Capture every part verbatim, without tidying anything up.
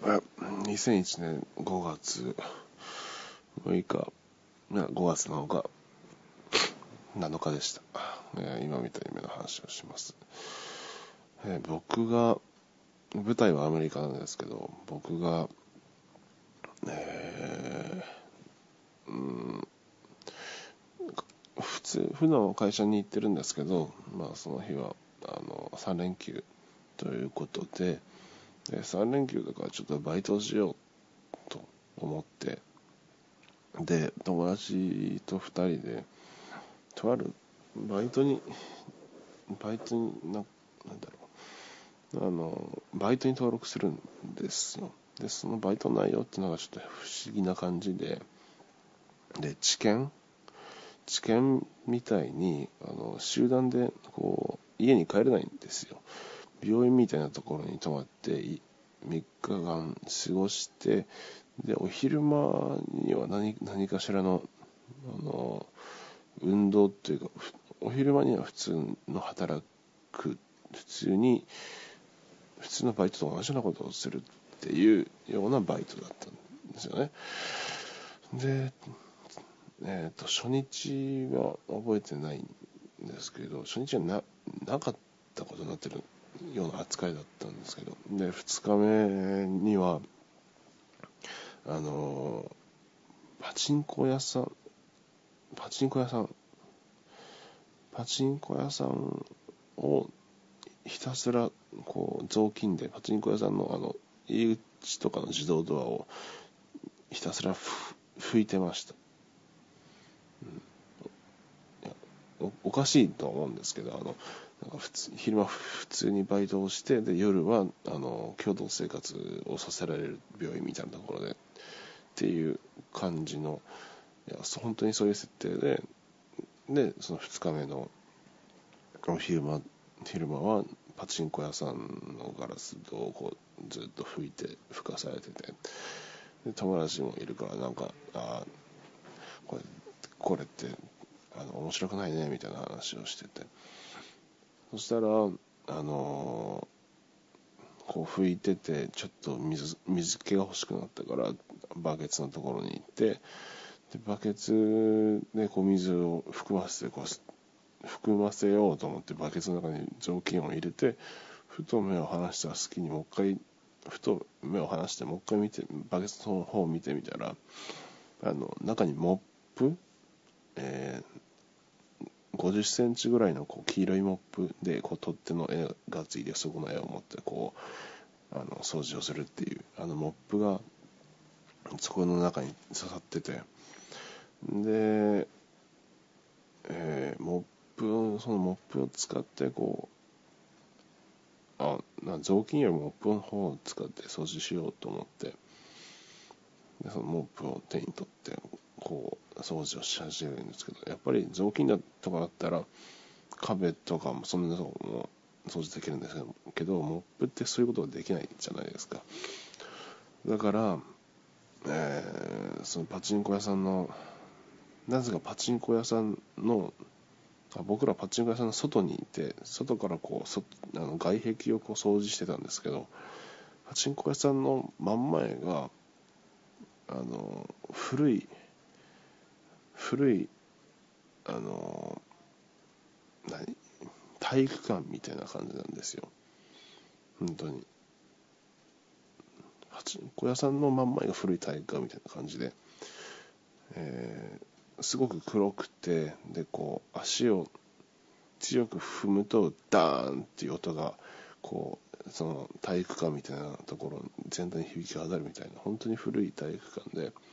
にせんいちねんごがつむいか、ごがつなのかなのかでした。えー、今見た夢の話をします。えー、僕が舞台はアメリカなんですけど、僕が、えー、うん普通普段は会社に行ってるんですけど、まあその日はあのさん連休ということで、でさん連休だからちょっとバイトをしようと思って、で友達とふたりでとあるバイトにバイトにななんだろうあのバイトに登録するんですよ。でそのバイト内容っていうのがちょっと不思議な感じで、で知見知見みたいにあの集団でこう家に帰れないんですよ。病院みたいなところに泊まってみっかかん過ごして、でお昼間には 何, 何かしらの、あの運動というか、お昼間には普通の働く普通に普通のバイトと同じようなことをするっていうようなバイトだったんですよね。で、えー、と初日は覚えてないんですけど、初日は な, なかったことになってるような扱いだったんですけど、でふつかめにはあのパチンコ屋さんパチンコ屋さんパチンコ屋さんをひたすらこう雑巾で、パチンコ屋さんのあの入り口とかの自動ドアをひたすら拭いてました。うん、いや お, おかしいとは思うんですけど、あのなんか普通昼間普通にバイトをして、で夜はあの共同生活をさせられる病院みたいなところでっていう感じの、いや本当にそういう設定で、でそのふつかめの昼間昼間はパチンコ屋さんのガラス戸をこうずっと拭いて拭かされてて、で友達もいるから、なんかあこれこれってあの面白くないねみたいな話をしてて、そしたらあのー、こう拭いててちょっと 水, 水気が欲しくなったからバケツのところに行って、でバケツでこう水を含ませてこう含ませようと思ってバケツの中に雑巾を入れて、ふと目を離した隙にもう一回ふと目を離してもう一回見てバケツの方を見てみたら、あの中にモップ、えー、ごじゅっセンチぐらいのこう黄色いモップでこう取っ手の絵がついて、そこの絵を持ってこうあの掃除をするっていう、あのモップがそこの中に刺さってて、で、えー、モップそのモップを使ってこうあな雑巾よりもモップの方を使って掃除しようと思って、でそのモップを手に取ってこう掃除をし始めるんですけど、やっぱり雑巾だとかだったら壁とかもそんなとこも掃除できるんですけど、モップってそういうことができないじゃないですか。だから、えー、そのパチンコ屋さんのなぜかパチンコ屋さんのあ僕らパチンコ屋さんの外にいて、外からこうそあの外壁をこう掃除してたんですけど、パチンコ屋さんの真ん前があの古い古いあの何体育館みたいな感じなんですよ。本当にパチンコ屋さんの真ん前が古い体育館みたいな感じで、えー、すごく黒くて、でこう足を強く踏むとダーンっていう音がこうその体育館みたいなところ全体に響き渡るみたいな、本当に古い体育館で、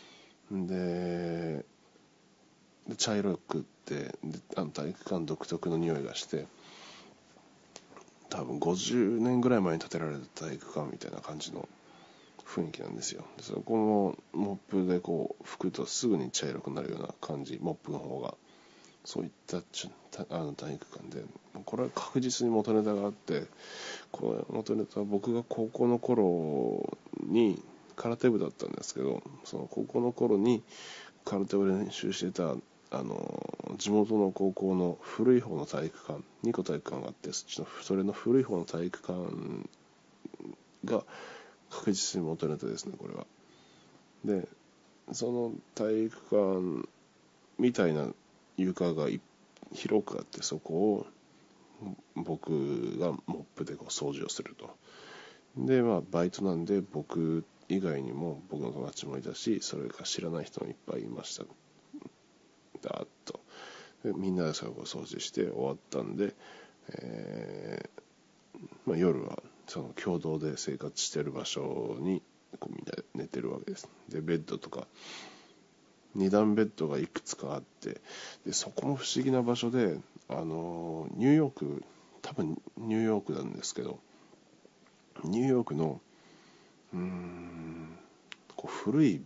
でで茶色くってであの体育館独特の匂いがして、多分ごじゅうねんぐらい前に建てられた体育館みたいな感じの雰囲気なんですよ。でそこのモップでこう拭くとすぐに茶色くなるような感じ、モップの方がそういったちあの体育館で、これは確実に元ネタがあって、これ元ネタは僕が高校の頃に空手部だったんですけど、その高校の頃に空手を練習してたあの地元の高校の古い方の体育館にこ体育館があって、そっちのそれの古い方の体育館が確実に元ネタですね、これは。でその体育館みたいな床が広くあって、そこを僕がモップでこう掃除をすると。でまあバイトなんで、僕以外にも僕の友達もいたし、それから知らない人もいっぱいいました。だーっとでみんなでそれを掃除して終わったんで、えーまあ、夜はその共同で生活してる場所にこうみんなで寝てるわけです。でベッドとかに段ベッドがいくつかあって、でそこも不思議な場所で、あのニューヨーク、多分ニューヨークなんですけど、ニューヨークのうーんこう古い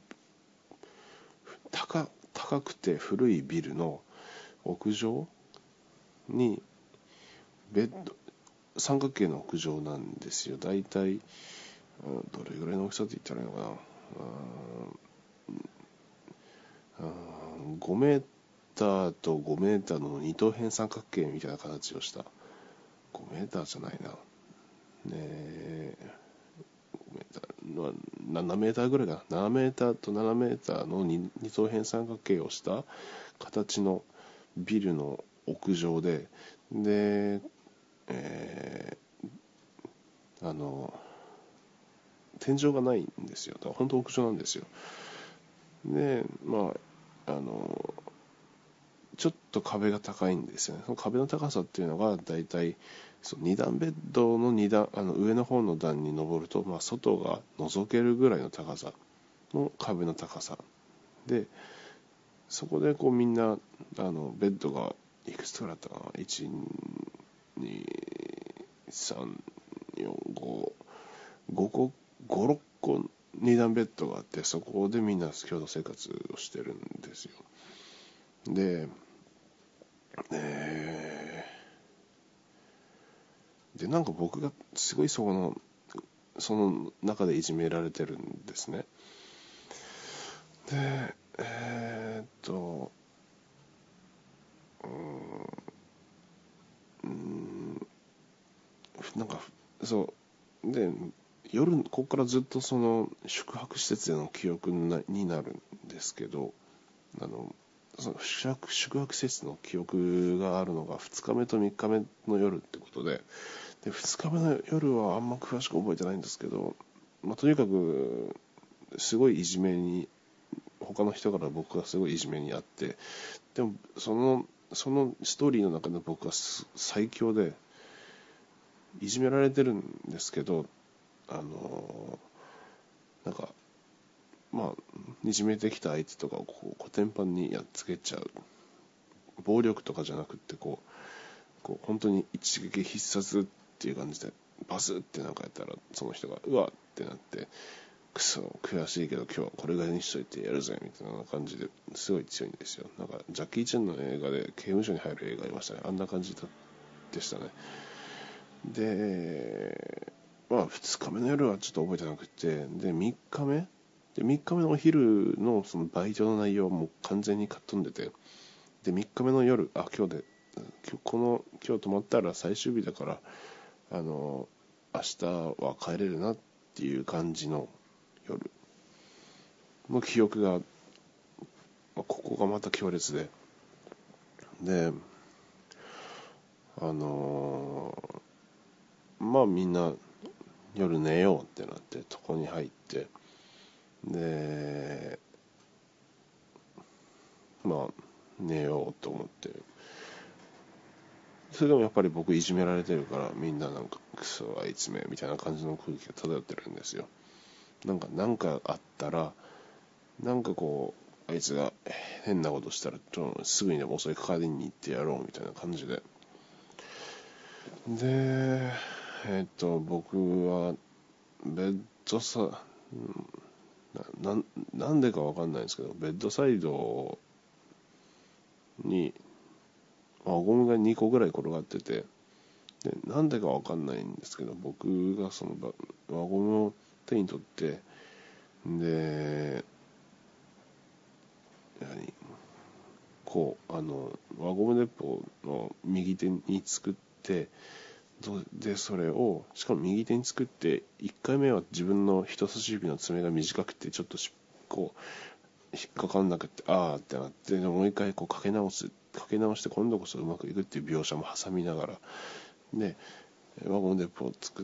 高, 高くて古いビルの屋上にベッド、三角形の屋上なんですよ。だいたいどれぐらいの大きさって言ったらいいのかな、ごメーターとごメーターの二等辺三角形みたいな形をした、ごメーターじゃないな、ねえ、ごメーターななメーターぐらいかな、ななメーターとななメーターの 二, 二等辺三角形をした形のビルの屋上で、で、えー、あの天井がないんですよ。だから本当屋上なんですよ。でまああのちょっと壁が高いんですよね。その壁の高さっていうのがだいたいに段ベッドのに段、あの上の方の段に登ると、まあ、外が覗けるぐらいの高さの壁の高さで、そこでこうみんなあのベッドがいくつくらいあったかな、いち、に、さん、よん、ご、ごこ、ご、ろっこに段ベッドがあって、そこでみんな共同生活をしてるんですよ。で、えー、でなんか僕がすごいそこのその中でいじめられてるんですね。でえー、っとうーんなんかそうで夜ここからずっとその宿泊施設での記憶になるんですけど、あのその宿泊宿泊施設の記憶があるのがふつかめとみっかめの夜ってことで、でふつかめの夜はあんま詳しく覚えてないんですけど、まあ、とにかくすごいいじめに、他の人から僕がすごいいじめにあって、でもそのそのストーリーの中で僕は最強でいじめられてるんですけど、あのなんかまあいじめてきた相手とかをこうコテンパンにやっつけちゃう、暴力とかじゃなくってこうこう本当に一撃必殺っていう感じでバスってなんかやったら、その人がうわってなって、クソ悔しいけど今日はこれぐらいにしといてやるぜみたいな感じですごい強いんですよ。なんかジャッキー・チェンの映画で刑務所に入る映画ありましたね。あんな感じでしたね。でまあふつかめの夜はちょっと覚えてなくて、でみっかめでみっかめのお昼のそのバイトの内容はもう完全にかっ飛んでて、でみっかめの夜、あ今日で今日この今日泊まったら最終日だから、あの明日は帰れるなっていう感じの夜の記憶が、ここがまた強烈で、であのー、まあみんな夜寝ようってなって床に入って、でまあ寝ようと思って、それでもやっぱり僕いじめられてるから、みんななんかクソあいつめみたいな感じの空気が漂ってるんですよ。なんかなんかあったら、なんかこうあいつが変なことしたらちょすぐにでも襲いかかりに行ってやろうみたいな感じで、でえっと僕はベッドサなななんでかわかんないんですけど、ベッドサイドに輪ゴムがにこぐらい転がってて、でなんでかわかんないんですけど、僕がその輪ゴムを手に取って、で何こうあの輪ゴム鉄砲の右手に作って、 でそれをしかも右手に作って、いっかいめは自分の人差し指の爪が短くてちょっとこう引っかかんなくてあーってなって、もう一回こうかけ直すかけ直して今度こそうまくいくっていう描写も挟みながらでワゴンデポを作って、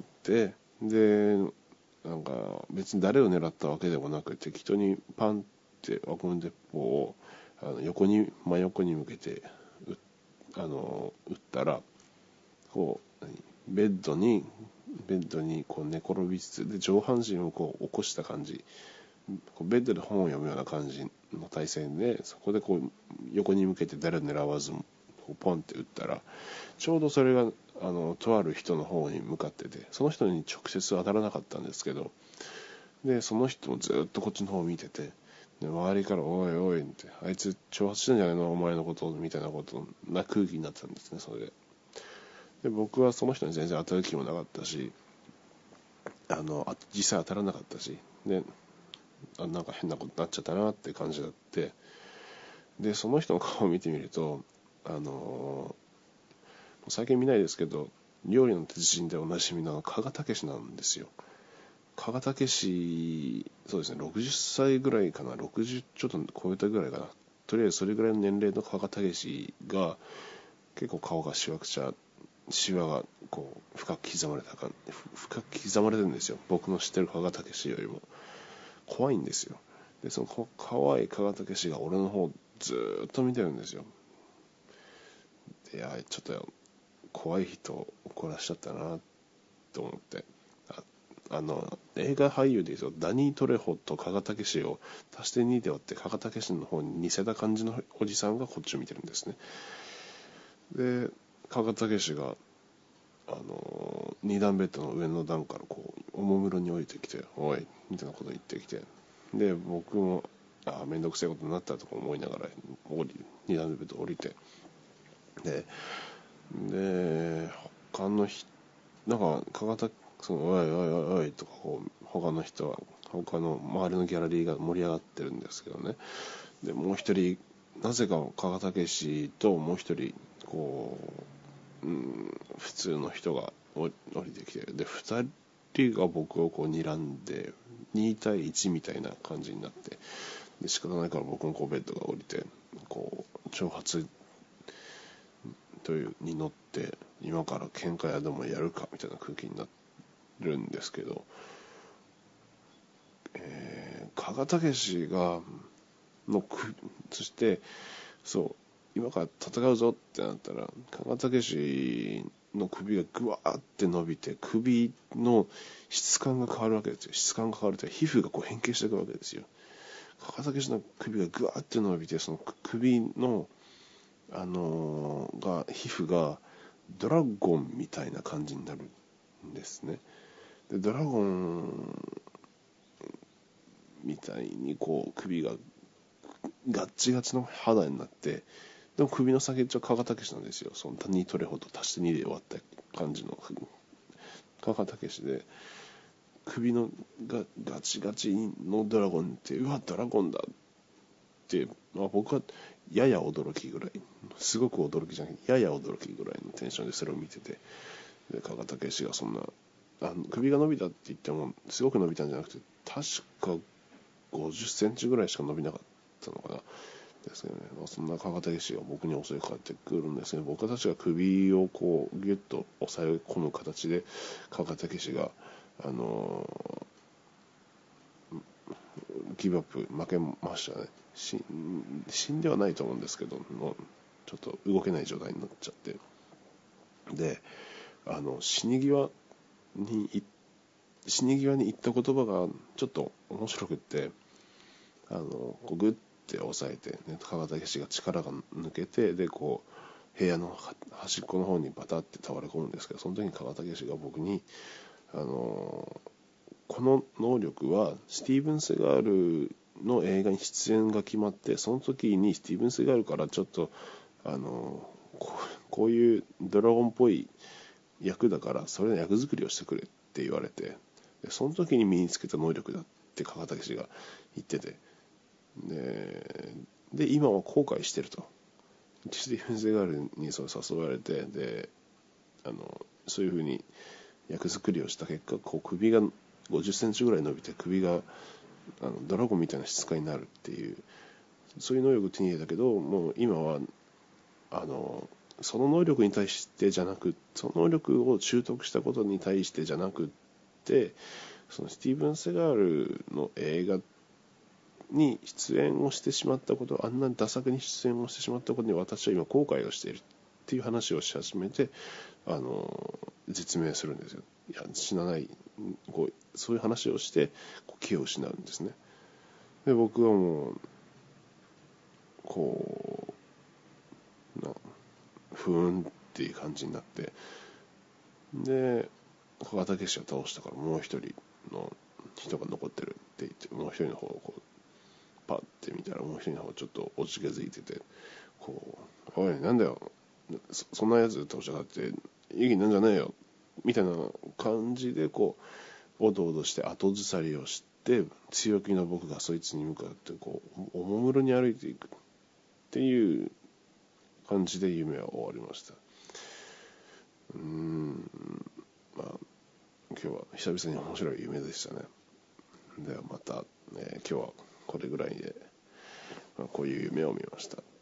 でなんか別に誰を狙ったわけでもなく適当にパンってワゴンデポをあの横に真横に向けてあの打ったらこうベッドにベッドにこう寝転びつつで上半身をこう起こした感じ、ベッドで本を読むような感じの体勢でそこでこう横に向けて誰を狙わずポンって打ったらちょうどそれがあのとある人の方に向かってて、その人に直接当たらなかったんですけど、でその人もずっとこっちの方を見てて、で周りからおいおいってあいつ挑発してんじゃないのお前のことみたいなことな空気になってたんですね。それでで僕はその人に全然当たる気もなかったし、あの実際当たらなかったしであなんか変なことになっちゃったなって感じがあって、でその人の顔を見てみるとあのー、最近見ないですけど料理の鉄人でおなじみの加賀武なんですよ。加賀武そうですねろくじゅっさいぐらいかな、ろくじゅうちょっと超えたぐらいかな、とりあえずそれぐらいの年齢の加賀武が結構顔がしわくちゃシワがこう深く刻まれたか深く刻まれてるんですよ。僕の知ってる加賀武よりも怖いんですよ。でその可愛い加賀武が俺の方ずーっと見てるんですよ。いやちょっと怖い人を怒らしちゃったなと思って、ああの映画俳優でいうとダニー・トレホと加賀武を足してにで割って加賀武の方に似せた感じのおじさんがこっちを見てるんですね。で加賀武があのに段ベッドの上の段からこうおもむろに降りてきておいみたいなこと言ってきて、で僕もあめんどくせえことになったとか思いながら降りに段ベッド降りて、でで他の人なんか加賀武そのおいおいおいおいとかこう他の人は他の周りのギャラリーが盛り上がってるんですけどね。でもう一人なぜか加賀武ともう一人こう、うん、普通の人が降りてきて、でふたりが僕をこう睨んでに対いちみたいな感じになって、で仕方ないから僕もこうベッドが降りてこう挑発というに乗って今から喧嘩屋でもやるかみたいな空気になるんですけど、えー、加賀武がのくそしてそう今から戦うぞってなったら加賀武の首がぐわーって伸びて首の質感が変わるわけですよ。質感が変わるというか皮膚がこう変形していくわけですよ。加賀武の首がぐわーって伸びてその首のあのー、が皮膚がドラゴンみたいな感じになるんですね。でドラゴンみたいにこう首がガッチガチの肌になって、でも首の先っちょ加賀武なんですよ。そのにトレホと足してにで終わった感じの加賀武で、首のがガチガチのドラゴンってうわドラゴンだって、まあ、僕はやや驚きぐらい、すごく驚きじゃなくてやや驚きぐらいのテンションでそれを見てて、で加賀武がそんなあの首が伸びたって言ってもすごく伸びたんじゃなくて確かごじゅっセンチぐらいしか伸びなかったのかなですけどね。まあ、そんな加賀武が僕に襲いかかってくるんですけど、僕たちが首をこうギュッと押さえ込む形で加賀武があのー、ギブアップ負けましたね。し死んではないと思うんですけどのちょっと動けない状態になっちゃって、であの死に際に死に際に言った言葉がちょっと面白くって、あのこうグッて押さえて、ね、加賀武が力が抜けてでこう部屋の端っこの方にバタって倒れ込むんですけど、その時に加賀武が僕にあのこの能力はスティーブン・セガールの映画に出演が決まって、その時にスティーブン・セガールからちょっとあのこう、こういうドラゴンっぽい役だからそれの役作りをしてくれって言われて、でその時に身につけた能力だって加賀武が言ってて、でで今は後悔してると。スティーブン・セガールにそう誘われて、であのそういうふうに役作りをした結果、こう首がごじゅっセンチぐらい伸びて首があのドラゴンみたいな質感になるっていう、そういう能力を手に入れたけど、もう今はあのその能力に対してじゃなく、その能力を習得したことに対してじゃなくって、そのスティーブン・セガールの映画に出演をしてしまったこと、あんなダ作に出演をしてしまったことに私は今後悔をしているっていう話をし始めて、あの実名するんですよ。いや死なない、こうそういう話をしてこう気を失うんですね。で僕はもうこうなふーんっていう感じになって、で小型決死を倒したからもう一人の人が残ってるって言って、もう一人の方をこうパッて見たらもう一人の方ちょっとおじけづいてて、こうおいなんだよ そ, そんなやつ倒したがって意義なんじゃねえよみたいな感じでこうおどおどして後ずさりをして、強気の僕がそいつに向かってこうおもむろに歩いていくっていう感じで夢は終わりました。うーんまあ今日は久々に面白い夢でしたね。ではまた、ね、今日はこれぐらいで、まあ、こういう夢を見ました。